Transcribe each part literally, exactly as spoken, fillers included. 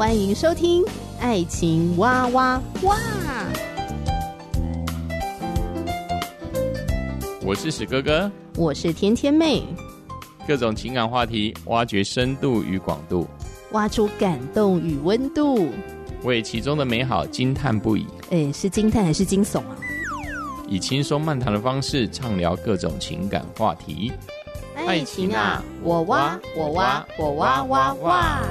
欢迎收听《爱情哇哇哇》。 我是史哥哥， 我是甜甜妹， 各种情感话题，挖掘深度与广度， 挖出感动与温度， 为其中的美好惊叹不已。 哎，是惊叹还是惊悚啊？ 以轻松漫谈的方式畅聊各种情感话题。 爱情啊，我挖我挖我挖挖挖。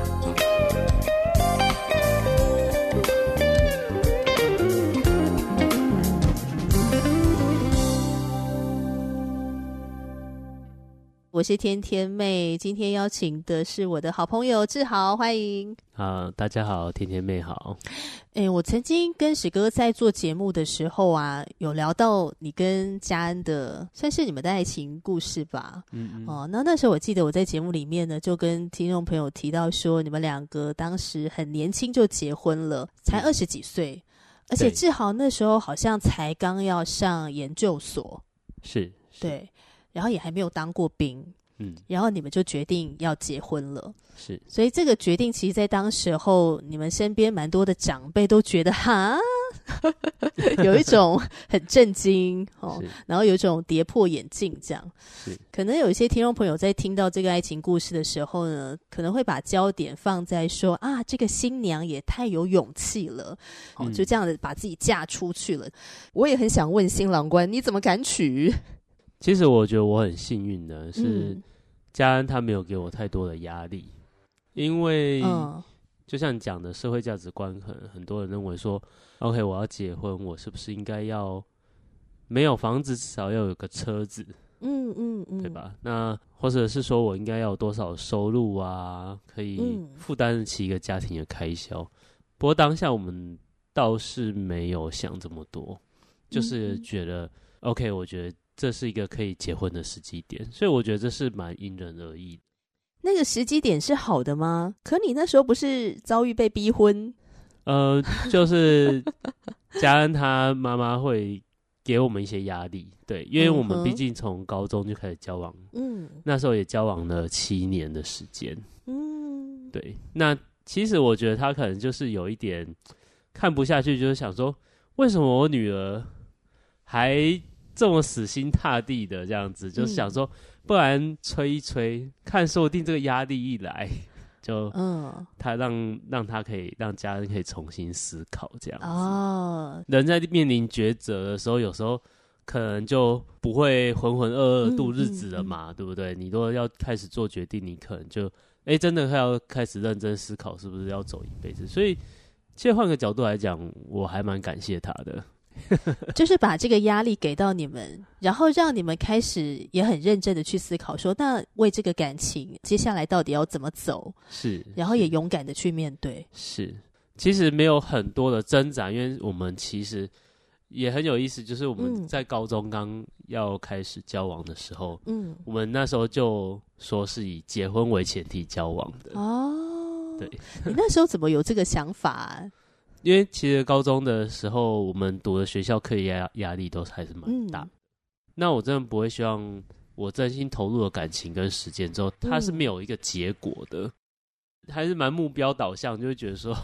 我是甜甜妹，今天邀请的是我的好朋友志豪，欢迎。 啊，大家好，甜甜妹好。 哎，我曾经跟史哥在做节目的时候啊，有聊到你跟嘉恩的，算是你们的爱情故事吧。嗯嗯。哦，那那时候我记得我在节目里面呢，就跟听众朋友提到说，你们两个当时很年轻就结婚了，才二十几岁，而且志豪那时候好像才刚要上研究所。 是。是对。然后也还没有当过兵，嗯，然后你们就决定要结婚了， 是， 所以这个决定其实在当时候你们身边蛮多的长辈都觉得哈有一种很震惊哦，然后有一种跌破眼镜这样，是，可能有一些听众朋友在听到这个爱情故事的时候呢，可能会把焦点放在说啊，这个新娘也太有勇气了，哦，嗯，就这样子把自己嫁出去了。我也很想问新郎官，你怎么敢娶？ 其实我觉得我很幸运的是，嘉恩他没有给我太多的压力，因为就像你讲的，社会价值观可能很多人认为说 ，OK， 我要结婚，我是不是应该要没有房子，至少要有个车子，嗯嗯嗯，对吧？那或者是说我应该要有多少收入啊，可以负担得起一个家庭的开销。不过当下我们倒是没有想这么多，就是觉得 OK， 我觉得这是一个可以结婚的时机点，所以我觉得这是蛮因人而异的。 那个时机点是好的吗？可你那时候不是遭遇被逼婚？ 呃，就是嘉恩他妈妈会给我们一些压力，对，因为我们毕竟从高中就开始交往，嗯，那时候也交往了七年的时间，嗯，对。那其实我觉得他可能就是有一点看不下去，就是想说，为什么我女儿还这么死心塌地的这样子，就是想说，不然吹一吹，看说不定这个压力一来，就嗯，他让让他可以让家人可以重新思考这样子。哦，人在面临抉择的时候，有时候可能就不会浑浑噩噩度日子了嘛，嗯嗯嗯，对不对？你如果要开始做决定，你可能就哎真的要开始认真思考，是不是要走一辈子？所以，其实换个角度来讲，我还蛮感谢他的。 就是把这个压力给到你们，然后让你们开始也很认真的去思考说，那为这个感情接下来到底要怎么走， 是， 然后也勇敢的去面对。 是，其实没有很多的挣扎，因为我们其实也很有意思，就是我们在高中刚要开始交往的时候，嗯，我们那时候就说是以结婚为前提交往的。哦，对， 你那时候怎么有这个想法啊？ 因为其实高中的时候，我们读的学校课业压压力都还是蛮大、嗯。那我真的不会希望我真心投入的感情跟时间之后，它是没有一个结果的，嗯、还是蛮目标导向，就会觉得说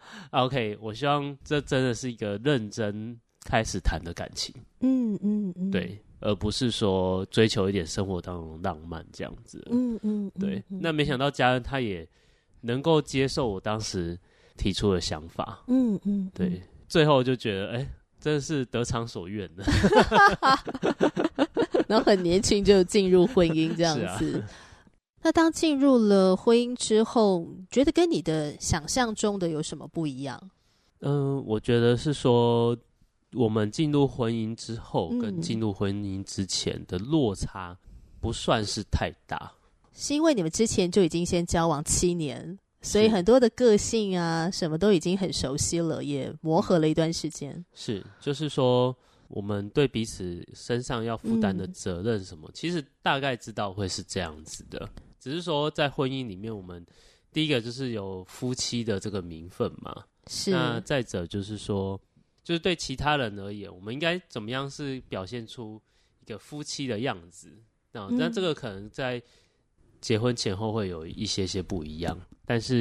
，OK， 我希望这真的是一个认真开始谈的感情。嗯嗯嗯，对，而不是说追求一点生活当中浪漫这样子。嗯 嗯, 嗯，对。那没想到家人他也能够接受我当时提出的想法，嗯嗯，对，嗯，最后就觉得，哎、欸，真的是得偿所愿的， 然后很年轻就进入婚姻这样子。啊、那当进入了婚姻之后，觉得跟你的想象中的有什么不一样？ 嗯、呃，我觉得是说，我们进入婚姻之后，嗯、跟进入婚姻之前的落差不算是太大， 是因为你们之前就已经先交往七年。所以很多的个性啊什么都已经很熟悉了，也磨合了一段时间。 是，就是说我们对彼此身上要负担的责任什么、嗯、其实大概知道会是这样子的，只是说在婚姻里面，我们第一个就是有夫妻的这个名分嘛，是，那再者就是说，就是对其他人而言，我们应该怎么样是表现出一个夫妻的样子，那、嗯、那这个可能在结婚前后会有一些些不一样，但是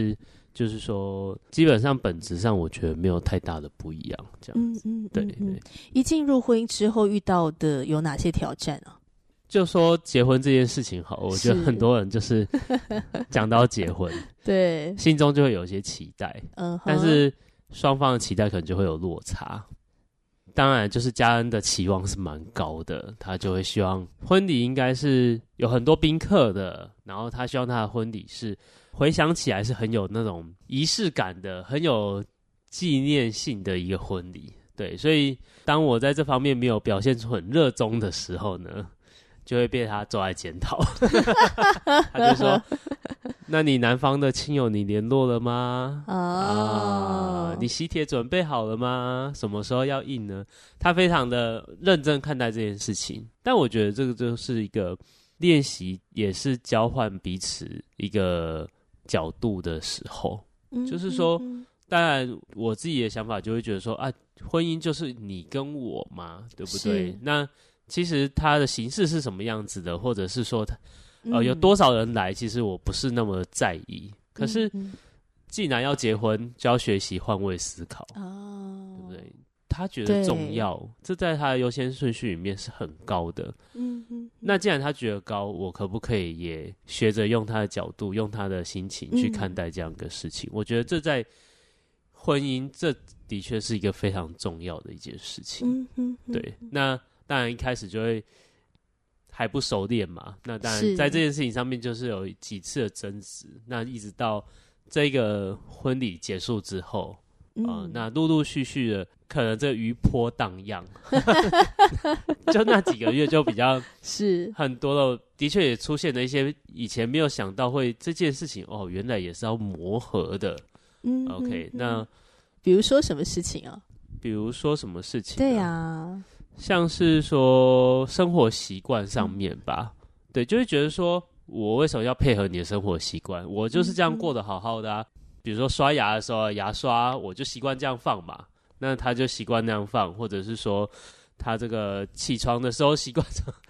就是说基本上本质上我觉得没有太大的不一样这样子。嗯嗯，对对。 一进入婚姻之后遇到的有哪些挑战啊？ 就说结婚这件事情好，我觉得很多人就是讲到结婚对， 心中就会有一些期待，嗯，但是双方的期待可能就会有落差。当然就是嘉恩的期望是蛮高的，他就会希望婚礼应该是有很多宾客的，然后他希望他的婚礼是回想起来是很有那种仪式感的，很有纪念性的一个婚礼。对，所以当我在这方面没有表现出很热衷的时候呢，就会被他抓来检讨。他就说那你男方的亲友你联络了吗？哦、啊，你喜帖准备好了吗？什么时候要印呢？他非常的认真看待这件事情，但我觉得这个就是一个练习，也是交换彼此一个角度的时候。嗯、就是说，当然我自己的想法就会觉得说啊，婚姻就是你跟我嘛，对不对？那其实它的形式是什么样子的，或者是说它呃，有多少人来，其实我不是那么在意。可是，既然要结婚，就要学习换位思考，哦、对不对？他觉得重要，这在他的优先顺序里面是很高的。嗯嗯。那既然他觉得高，我可不可以也学着用他的角度，用他的心情去看待这样一个事情？嗯、我觉得这在婚姻，这的确是一个非常重要的一件事情。嗯嗯。对，那当然一开始就会。还不熟练嘛，那当然在这件事情上面就是有几次的争执，那一直到这个婚礼结束之后，嗯呃、那陆陆续续的可能这个余波荡漾，就那几个月就比较是很多的，的确也出现了一些以前没有想到会这件事情哦，原来也是要磨合的。嗯 ，OK， 嗯那比如说什么事情啊？ 比如说什么事情、啊？ 对呀、啊。 像是说生活习惯上面吧、嗯，对，就会觉得说我为什么要配合你的生活习惯？我就是这样过得好好的啊。嗯、比如说刷牙的时候，牙刷我就习惯这样放嘛，那他就习惯那样放，或者是说他这个起床的时候习惯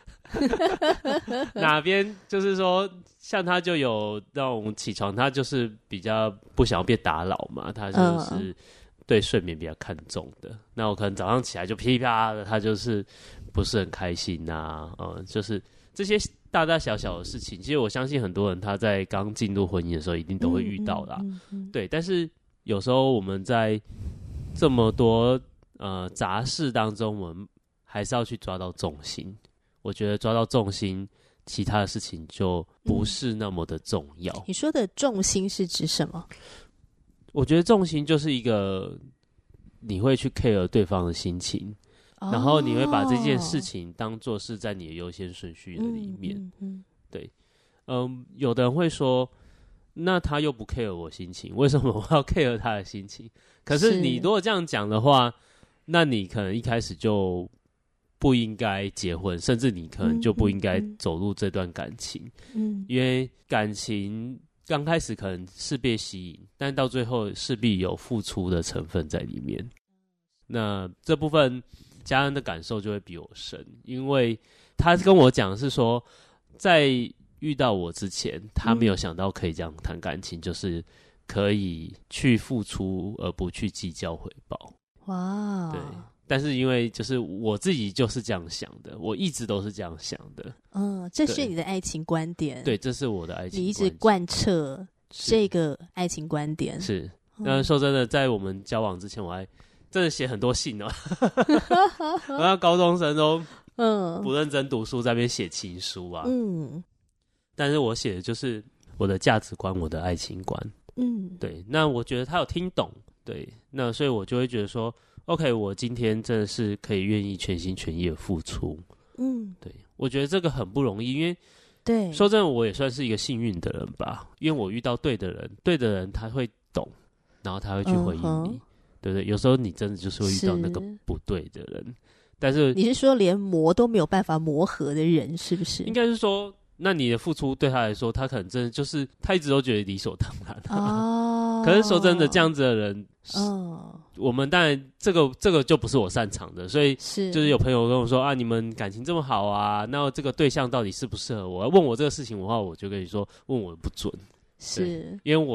哪边，就是说像他就有那种起床，他就是比较不想要被打扰嘛，他就是。嗯对睡眠比较看重的，那我可能早上起来就噼啪的，他就是不是很开心啊，嗯，就是这些大大小小的事情，其实我相信很多人他在刚进入婚姻的时候一定都会遇到的、啊嗯嗯嗯嗯，对。但是有时候我们在这么多呃杂事当中，我们还是要去抓到重心。我觉得抓到重心，其他的事情就不是那么的重要。嗯、 你说的重心是指什么？ 我觉得重心就是一个你会去 care 对方的心情、哦、然后你会把这件事情当作是在你的优先顺序的里面、嗯嗯嗯、对嗯，有的人会说那他又不 care 我心情，为什么我要 care 他的心情？可是你如果这样讲的话，那你可能一开始就不应该结婚，甚至你可能就不应该走入这段感情、嗯、因为感情刚开始可能是被吸引，但到最后势必有付出的成分在里面。那这部分嘉恩的感受就会比我深，因为他跟我讲是说，在遇到我之前，他没有想到可以这样谈感情，嗯、就是可以去付出而不去计较回报。哇，对。但是因为就是我自己就是这样想的，我一直都是这样想的。 嗯，这是你的爱情观点。 对，这是我的爱情观点。 你一直贯彻这个爱情观点。 是。那说真的，在我们交往之前，我还真的写很多信哦。然后高中生都嗯不认真读书，在那边写情书啊。嗯。但是我写的就是我的价值观，我的爱情观。嗯。对，那我觉得他有听懂。对，那所以我就会觉得说。OK， 我今天真的是可以愿意全心全意的付出。嗯，对，我觉得这个很不容易，因为对说真的，我也算是一个幸运的人吧，因为我遇到对的人，对的人他会懂，然后他会去回应你，嗯、对不对？有时候你真的就是会遇到那个不对的人，但是你是说连磨都没有办法磨合的人，是不是？ 应该是说。那你的付出对他来说，他可能真的就是他一直都觉得理所当然、啊。哦。可是说真的，这样子的人，哦，我们当然这个这个就不是我擅长的，所以是就是有朋友跟我说啊，你们感情这么好啊，那这个对象到底适不适合我？问我这个事情的话，我就跟你说，问我不准，是因为我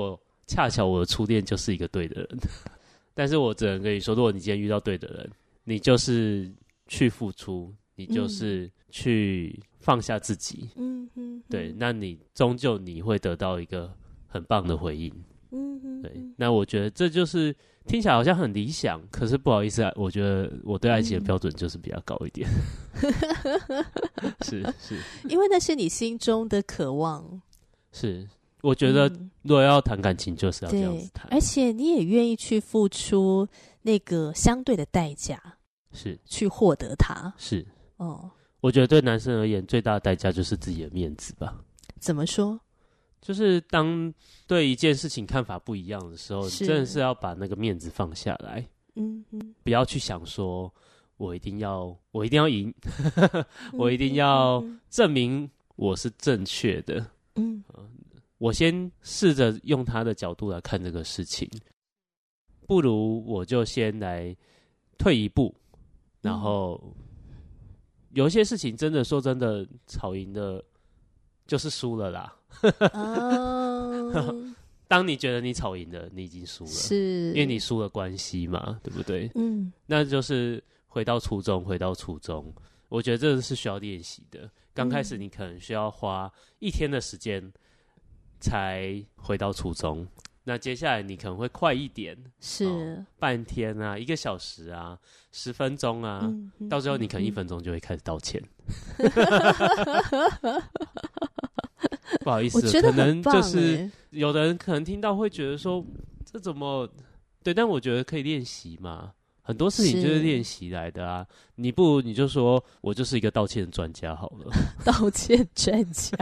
恰巧我的初恋就是一个对的人，但是我只能跟你说，如果你今天遇到对的人，你就是去付出，你就是去放下自己，嗯嗯，对，那你终究你会得到一个很棒的回应，嗯嗯，对，那我觉得这就是听起来好像很理想，可是不好意思啊，我觉得我对爱情的标准就是比较高一点，嗯、是是， 因为那是你心中的渴望， 是。我觉得如果要谈感情就是要这样子谈、 嗯、而且你也愿意去付出那个相对的代价， 是去获得它， 是哦。我觉得对男生而言最大的代价就是自己的面子吧。 怎么说？ 就是当对一件事情看法不一样的时候，你真的是要把那个面子放下来，嗯嗯，不要去想说我一定要我一定要赢我一定要证明我是正确的，嗯、呃我先试着用他的角度来看这个事情，不如我就先来退一步，然后有一些事情真的说真的，吵赢的就是输了啦。oh. 当你觉得你吵赢了，你已经输了，是因为你输了关系嘛，对不对？嗯，那就是回到初衷，回到初衷。我觉得这是需要练习的。刚开始你可能需要花一天的时间。才回到初衷，那接下来你可能会快一点，是、哦、半天啊，一个小时啊，十分钟啊、嗯嗯，到最后你可能一分钟就会开始道歉。嗯、不好意思，可能就是有的人可能听到会觉得说，这怎么对？但我觉得可以练习嘛。很多事情就是练习来的啊，你不如你就说我就是一个道歉的专家好了。 道歉专家。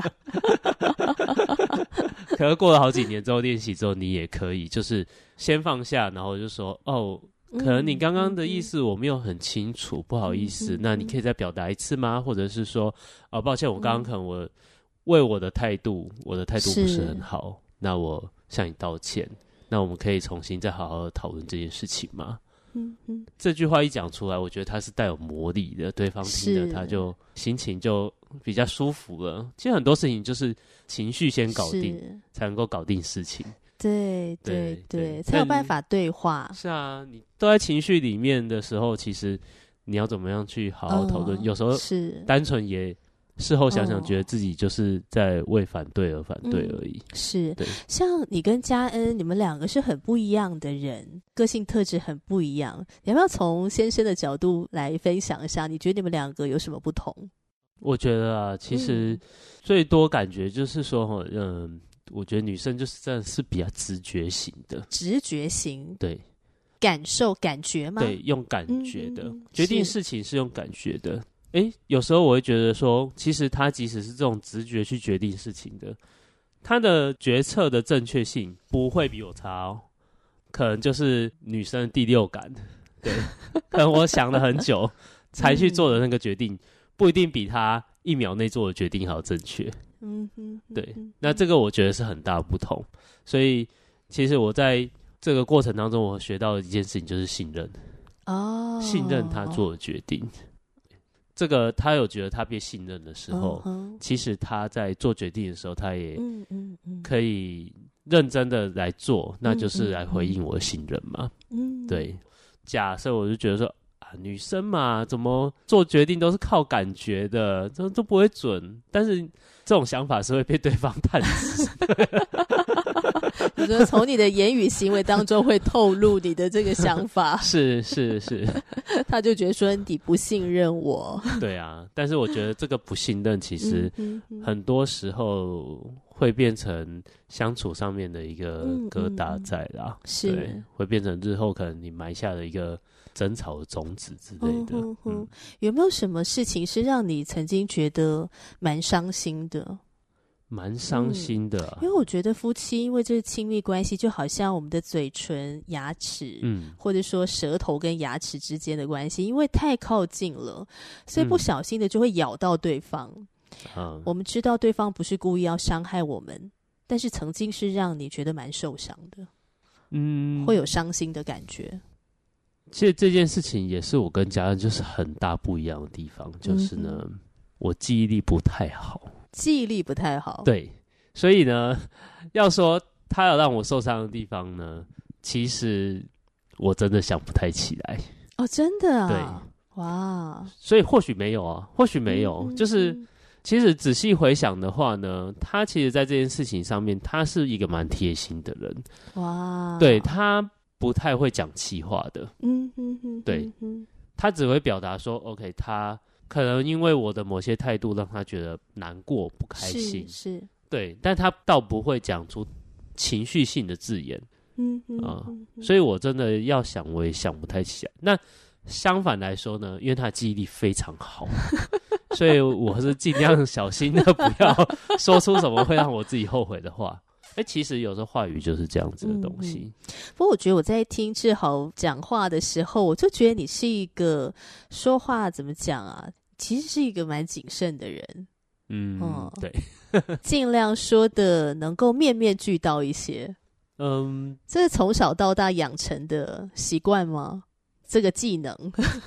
可是过了好几年之后练习之后，你也可以就是先放下，然后就说哦，可能你刚刚的意思我没有很清楚，嗯、不好意思、嗯，那你可以再表达一次吗？或者是说哦，抱歉，我刚刚可能我为我的态度，我的态度不是很好，那我向你道歉。那我们可以重新再好好的讨论这件事情吗？嗯嗯，这句话一讲出来，我觉得它是带有魔力的，对方听了他就心情就比较舒服了。其实很多事情就是情绪先搞定，才能够搞定事情。 对对 对, 对，才有办法对话。 是啊，你都在情绪里面的时候，其实你要怎么样去好好讨论、哦？有时候是单纯也。事后想想，觉得自己就是在为反对而反对而已。 嗯、是，对，像你跟嘉恩，你们两个是很不一样的人，个性特质很不一样。你要不要从先生的角度来分享一下？你觉得你们两个有什么不同？ 我觉得啊，其实最多感觉就是说，嗯，我觉得女生就是真的是比较直觉型的， 直觉型， 对， 感受、感觉吗？ 对，用感觉的、嗯、决定事情是用感觉的。哎，有时候我会觉得说，其实他即使是这种直觉去决定事情的，他的决策的正确性不会比我差哦，可能就是女生的第六感，对，可能我想了很久才去做的那个决定，不一定比他一秒内做的决定还要正确。嗯哼，对，那这个我觉得是很大的不同。所以其实我在这个过程当中，我学到的一件事情就是信任哦，信任他做的决定。这个他有觉得他被信任的时候、uh-huh. 其实他在做决定的时候他也可以认真的来做、嗯、那就是来回应我的信任嘛、嗯、对，假设我就觉得说啊，女生嘛怎么做决定都是靠感觉的，这都不会准，但是这种想法是会被对方探知你说从你的言语行为当中会透露你的这个想法是是是他就觉得说你不信任我。 对啊，但是我觉得这个不信任其实很多时候会变成相处上面的一个疙瘩在啦、嗯嗯、是对，会变成日后可能你埋下的一个争吵的种子之类的、嗯嗯、有没有什么事情是让你曾经觉得蛮伤心的？ 蛮伤心的、啊嗯、因为我觉得夫妻因为这个亲密关系就好像我们的嘴唇、牙齿、嗯、或者说舌头跟牙齿之间的关系，因为太靠近了，所以不小心的就会咬到对方、嗯、我们知道对方不是故意要伤害我们，但是曾经是让你觉得蛮受伤的，嗯，会有伤心的感觉。 其实这件事情也是我跟家人就是很大不一样的地方，就是呢、嗯、我记忆力不太好， 记忆力不太好， 对，所以呢要说他有让我受伤的地方呢，其实我真的想不太起来。 哦，真的啊？ 对， 哇， 所以或许没有啊，或许没有，嗯、就是其实仔细回想的话呢，他其实在这件事情上面，他是一个蛮贴心的人。哇，对，他不太会讲气话的。嗯哼哼，对，他只会表达说 ，OK， 他可能因为我的某些态度让他觉得难过、不开心，是，是对，但他倒不会讲出情绪性的字眼。嗯嗯啊、呃，所以我真的要想，我也想不太起来。那相反来说呢，因为他记忆力非常好，所以我是尽量小心的，不要说出什么会让我自己后悔的话。哎、欸，其实有时候话语就是这样子的东西。 嗯、不过我觉得我在听志豪讲话的时候，我就觉得你是一个说话怎么讲啊，其实是一个蛮谨慎的人。 嗯，哦、对， 尽量说的能够面面俱到一些。嗯，这是从小到大养成的习惯吗？这个技能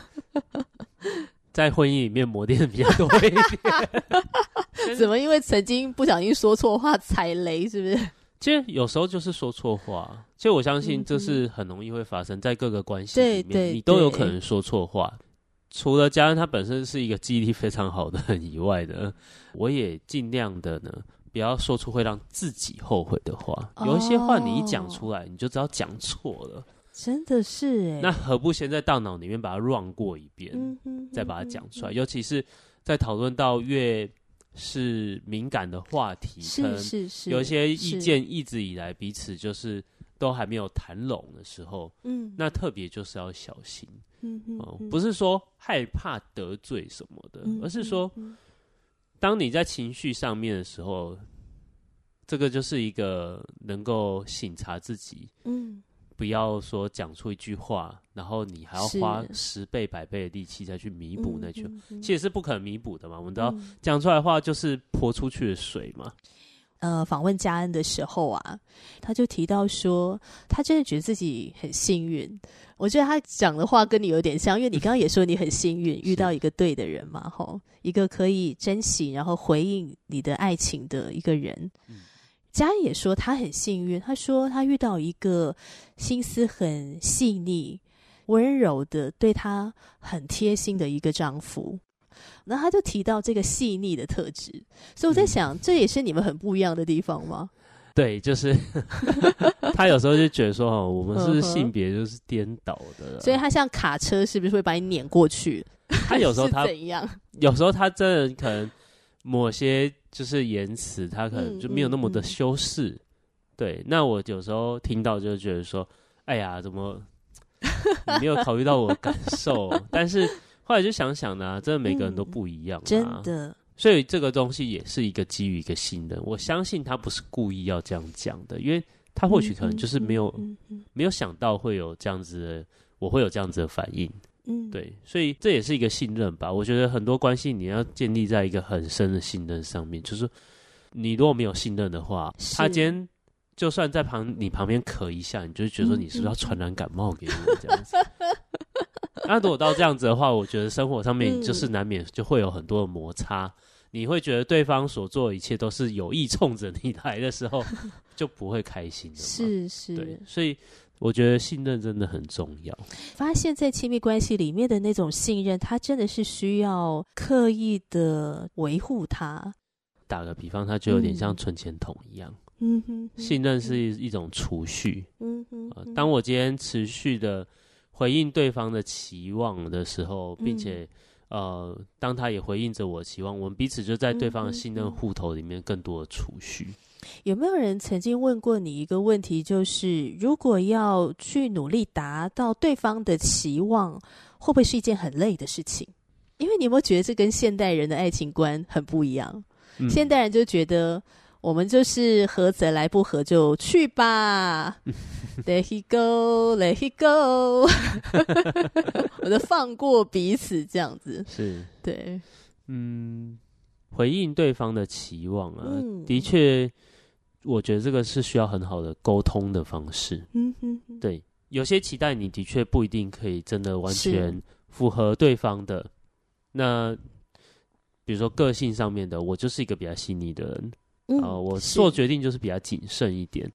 在婚姻里面磨练的比较多一点。 怎么？因为曾经不小心说错话踩雷，是不是？ 其实有时候就是说错话，其实我相信这是很容易会发生在各个关系里面，对对，你都有可能说错话。除了家人他本身是一个记忆力非常好的人以外呢，我也尽量的呢。不要说出会让自己后悔的话，有一些话你一讲出来，你就知道讲错了， 真的是耶。 那何不先在大脑里面把它 run 过一遍，嗯、哼哼哼再把它讲出来？尤其是在讨论到越是敏感的话题， 是是是， 有一些意见一直以来彼此就是都还没有谈拢的时候，嗯，那特别就是要小心，嗯哼哼、呃、不是说害怕得罪什么的，嗯、而是说。当你在情绪上面的时候，这个就是一个能够省察自己，嗯，不要说讲出一句话，然后你还要花十倍、百倍的力气再去弥补那句，嗯嗯嗯、其实是不可能弥补的嘛。我们知道讲、嗯、出来的话就是泼出去的水嘛。 呃，访问嘉恩的时候啊，他就提到说，他真的觉得自己很幸运。我觉得他讲的话跟你有点像，因为你刚刚也说你很幸运遇到一个对的人嘛，吼，一个可以珍惜然后回应你的爱情的一个人。嗯、嘉恩也说他很幸运，他说他遇到一个心思很细腻、温柔的、对他很贴心的一个丈夫。然后他就提到这个细腻的特质，所以我在想、嗯、这也是你们很不一样的地方吗？ 对，就是他有时候就觉得说哦，我们是性别就是颠倒的， 所以他像卡车是不是会把你碾过去？ 他有时候他怎样？ 有时候他真的可能某些就是言辞他可能就没有那么的修饰、嗯嗯嗯、对，那我有时候听到就觉得说哎呀怎么你没有考虑到我的感受但是后来就想想呢、啊，真的每个人都不一样、啊嗯、 真的， 所以这个东西也是一个基于一个信任。我相信他不是故意要这样讲的，因为他或许可能就是没有、嗯嗯嗯、没有想到会有这样子的，我会有这样子的反应。嗯，对，所以这也是一个信任吧。我觉得很多关系你要建立在一个很深的信任上面，就是你如果没有信任的话，他今天就算在旁你旁边咳一下，你就会觉得说你是不是要传染感冒给我这样子。那如果到这样子的话，我觉得生活上面就是难免就会有很多的摩擦、嗯、你会觉得对方所做的一切都是有意冲着你来的时候就不会开心的嘛。 是是， 对，所以我觉得信任真的很重要。 发现在亲密关系里面的那种信任，它真的是需要刻意的维护它。 打个比方，它就有点像存钱筒一样。嗯哼，信任是一种储蓄。嗯哼、呃，当我今天持续的回应对方的期望的时候，并且、嗯、呃，当他也回应着我的期望，我们彼此就在对方的信任户头里面更多的储蓄。 有没有人曾经问过你一个问题，就是如果要去努力达到对方的期望，会不会是一件很累的事情？因为你有没有觉得这跟现代人的爱情观很不一样？嗯、现代人就觉得我们就是合则来，不合就去吧Let it go, let it go 我就放过彼此这样子。是，对， 嗯，回应对方的期望啊、嗯、的确我觉得这个是需要很好的沟通的方式。嗯哼哼，对，有些期待你的确不一定可以真的完全符合对方的。那比如说个性上面的，我就是一个比较细腻的人、嗯呃、我做决定就是比较谨慎一点。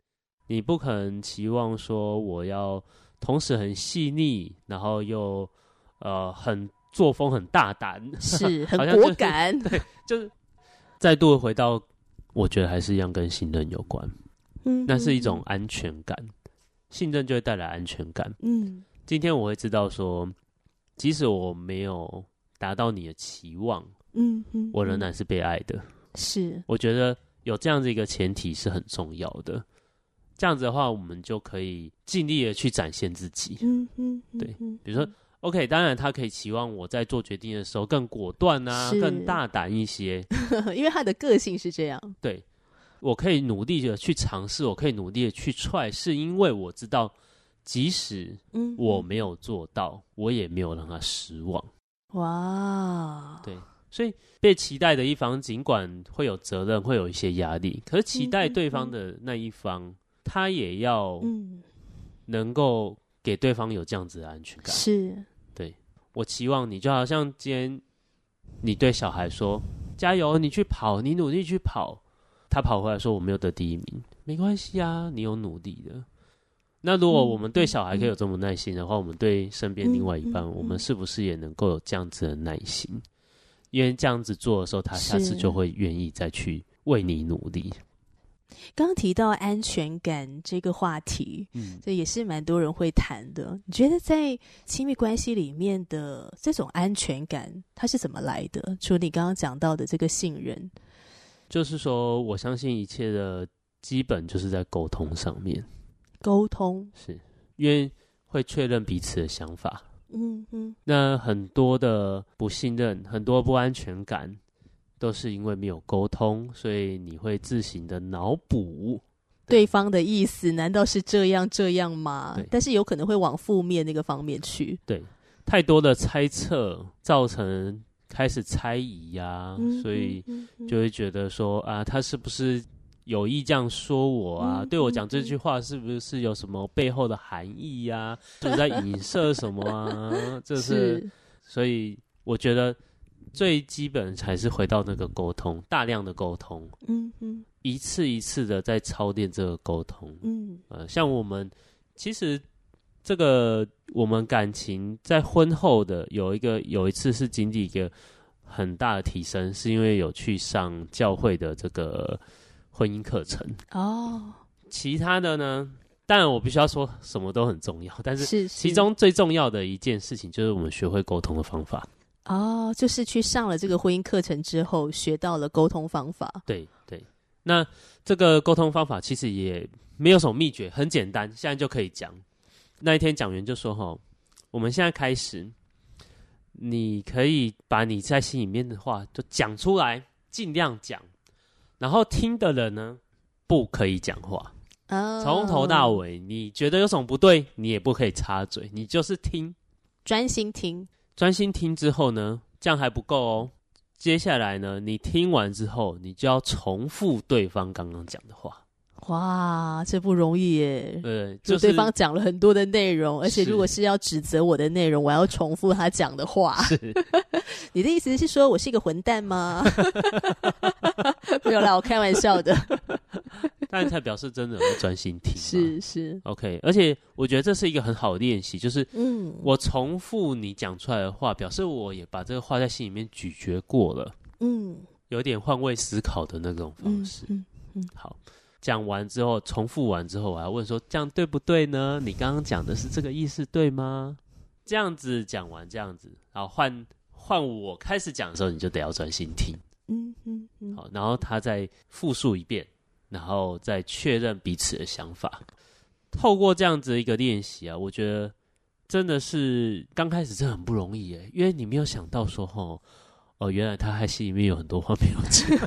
你不可能期望说我要同时很细腻，然后又呃很作风很大胆， 是很果敢。 对，就是再度回到，我觉得还是一样跟信任有关。嗯，那是一种安全感，信任就会带来安全感。嗯，今天我会知道说，即使我没有达到你的期望，嗯嗯，我仍然是被爱的。 是， 我觉得有这样子一个前提是很重要的。这样子的话，我们就可以尽力的去展现自己。嗯嗯，对，比如说 ，OK， 当然他可以期望我在做决定的时候更果断啊，更大胆一些， 因为他的个性是这样。 对。我可以努力的去尝试，我可以努力的去 try， 是因为我知道，即使我没有做到，嗯、我也没有让他失望。 哇， 对，所以被期待的一方，尽管会有责任，会有一些压力，可是期待对方的那一方，嗯嗯、他也要能够给对方有这样子的安全感。 是， 对，我期望你就好像今天你对小孩说：“加油，你去跑，你努力去跑。”他跑回来说我没有得第一名，没关系啊，你有努力的。那如果我们对小孩可以有这么耐心的话，嗯、我们对身边另外一半，嗯嗯嗯、我们是不是也能够有这样子的耐心？因为这样子做的时候，他下次就会愿意再去为你努力。 刚刚提到安全感这个话题，嗯，这也是蛮多人会谈的。你觉得在亲密关系里面的这种安全感，它是怎么来的？除了你刚刚讲到的这个信任。 就是说，我相信一切的基本就是在沟通上面。 沟通是因为会确认彼此的想法。嗯嗯。那很多的不信任，很多不安全感，都是因为没有沟通，所以你会自行的脑补对方的意思，难道是这样这样吗？但是有可能会往负面那个方面去。 对，太多的猜测造成。开始猜疑呀、啊嗯，所以就会觉得说啊，他是不是有意这样说我啊？嗯、对我讲这句话是不是有什么背后的含义呀、啊？是不是在影射什么啊？这 是, 是，所以我觉得最基本还是回到那个沟通，大量的沟通，嗯嗯，一次一次的在操练这个沟通，嗯，呃，像我们其实。这个我们感情在婚后的有一个有一次是经历一个很大的提升，是因为有去上教会的这个婚姻课程哦。其他的呢，当然我必须要说什么都很重要，但是其中最重要的一件事情就是我们学会沟通的方法。 哦，就是去上了这个婚姻课程之后，学到了沟通方法。 对对，那这个沟通方法其实也没有什么秘诀，很简单，现在就可以讲。那一天讲员就说齁，我们现在开始，你可以把你在心里面的话就讲出来，尽量讲，然后听的人呢不可以讲话，从、oh. 头到尾你觉得有什么不对，你也不可以插嘴，你就是听， 专心听， 专心听之后呢，这样还不够哦，接下来呢，你听完之后，你就要重复对方刚刚讲的话。 哇，这不容易耶！ 对， 就是、对方讲了很多的内容，而且如果是要指责我的内容，我要重复他讲的话。是你的意思是说我是一个混蛋吗？没有啦，我开玩笑的。 但才表示真的有专心听。 是是 ，OK。而且我觉得这是一个很好的练习，就是嗯，我重复你讲出来的话，表示我也把这个话在心里面咀嚼过了。嗯，有点换位思考的那种方式。嗯 嗯, 嗯，好。讲完之后，重复完之后，我还问说：“这样对不对呢？你刚刚讲的是这个意思，对吗？”这样子讲完，这样子，然后换换我开始讲的时候，你就得要专心听。嗯嗯嗯。好，然后他再复述一遍，然后再确认彼此的想法。透过这样子一个练习啊，我觉得真的是刚开始真的很不容易耶，因为你没有想到说，吼，哦，原来他还心里面有很多话没有讲。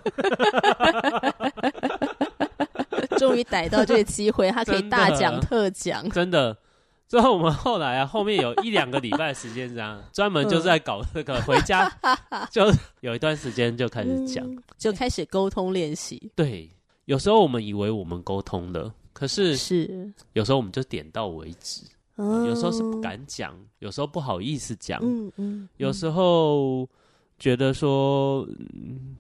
终于逮到这个机会，他可以大讲特讲。 真的，之后我们后来啊，后面有一两个礼拜的时间这样，专门就是在搞这个回家，就有一段时间就开始讲、嗯， 就开始沟通练习。 对，有时候我们以为我们沟通了，可是是有时候我们就点到为止。嗯、有时候是不敢讲，有时候不好意思讲，嗯嗯，有时候觉得说。嗯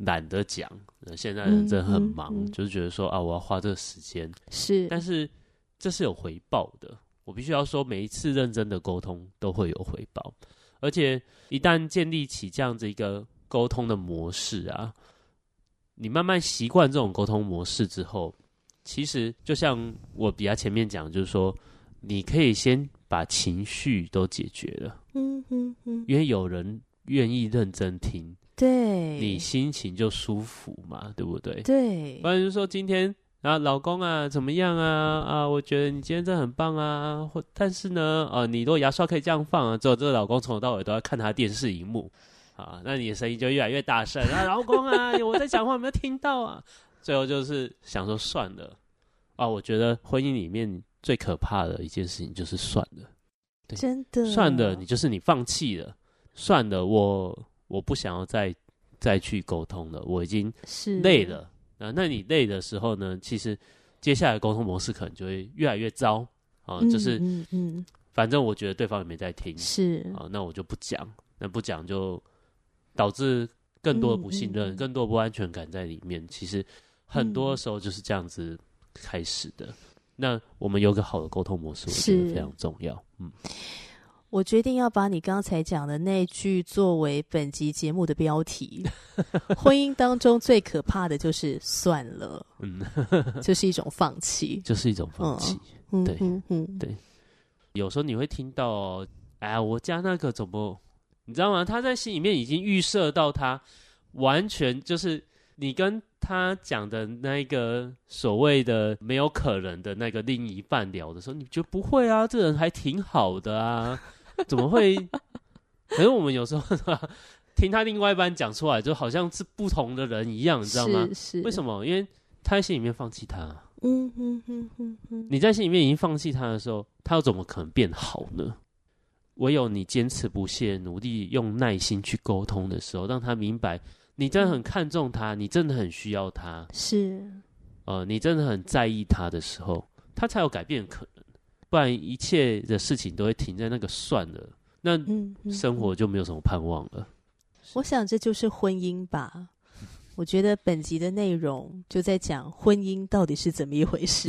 懒得讲，现在人真的很忙，嗯嗯嗯、就是觉得说啊，我要花这个时间是， 但是这是有回报的。我必须要说，每一次认真的沟通都会有回报，而且一旦建立起这样子一个沟通的模式啊，你慢慢习惯这种沟通模式之后，其实就像我比较前面讲，就是说，你可以先把情绪都解决了，嗯嗯嗯，因为有人愿意认真听， 对， 你心情就舒服嘛，对不对？ 对， 不然就是说今天。啊，老公啊，怎么样啊？啊，我觉得你今天真的很棒啊！或但是呢，呃、啊，你如果牙刷可以这样放啊，之后这个老公从头到尾都要看他的电视荧幕，啊，那你的声音就越来越大声啊，老公啊，我在讲话有没有听到啊？最后就是想说算了啊，我觉得婚姻里面最可怕的一件事情就是算了，对， 真的算了，你就是你放弃了，算了，我我不想要再再去沟通了，我已经累了。啊，那你累的时候呢？其实接下来沟通模式可能就会越来越糟啊，嗯、就是，嗯嗯，反正我觉得对方也没在听， 是啊，那我就不讲，那不讲就导致更多的不信任、嗯嗯、更多的不安全感在里面。其实很多时候就是这样子开始的。嗯、那我们有个好的沟通模式，我觉得非常重要。嗯。 我决定要把你刚才讲的那句作为本集节目的标题。婚姻当中最可怕的就是算了，嗯，就是一种放弃， 就是一种放弃。嗯、对， 嗯嗯， 对。有时候你会听到，哎呀，我家那个怎么，你知道吗？他在心里面已经预设到他完全就是你跟他讲的那个所谓的没有可能的那个另一半聊的时候，你觉得不会啊，这人还挺好的啊。怎么会？可是我们有时候听他另外一半讲出来，就好像是不同的人一样，你知道吗？ 是是。 为什么？因为他在心里面放弃他。 嗯哼哼哼哼。 你在心里面已经放弃他的时候，他又怎么可能变好呢？唯有你坚持不懈，努力用耐心去沟通的时候，让他明白你真的很看重他，你真的很需要他， 是。 呃，你真的很在意他的时候，他才有改变可能。不然一切的事情都会停在那个算了，那生活就没有什么盼望了。嗯嗯嗯、 我想这就是婚姻吧。我觉得本集的内容就在讲婚姻到底是怎么一回事。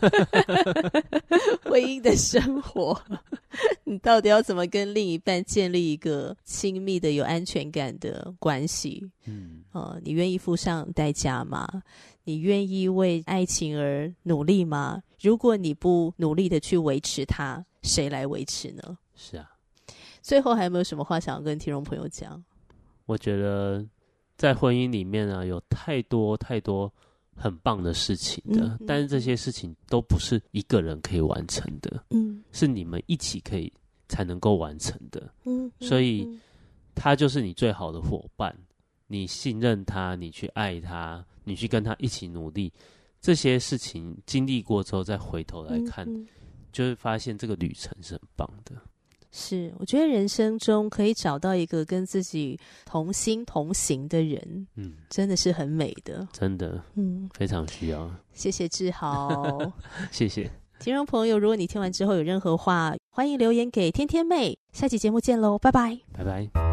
婚姻的生活，你到底要怎么跟另一半建立一个亲密的、有安全感的关系？嗯，呃，你愿意付上代价吗？你愿意为爱情而努力吗？如果你不努力的去维持它，谁来维持呢？ 是啊。 最后还有没有什么话想要跟听众朋友讲？ 我觉得在婚姻里面啊，有太多太多很棒的事情的，嗯嗯，但是这些事情都不是一个人可以完成的，嗯，是你们一起可以才能够完成的，嗯，嗯，嗯，所以他就是你最好的伙伴，你信任他，你去爱他，你去跟他一起努力，这些事情经历过之后再回头来看，嗯嗯，就会发现这个旅程是很棒的。 是，我觉得人生中可以找到一个跟自己同心同行的人，嗯，真的是很美的， 真的，嗯，非常需要。 谢谢志豪。 谢谢听众朋友，如果你听完之后有任何话，欢迎留言给天天妹。下期节目见喽，拜拜， 拜拜。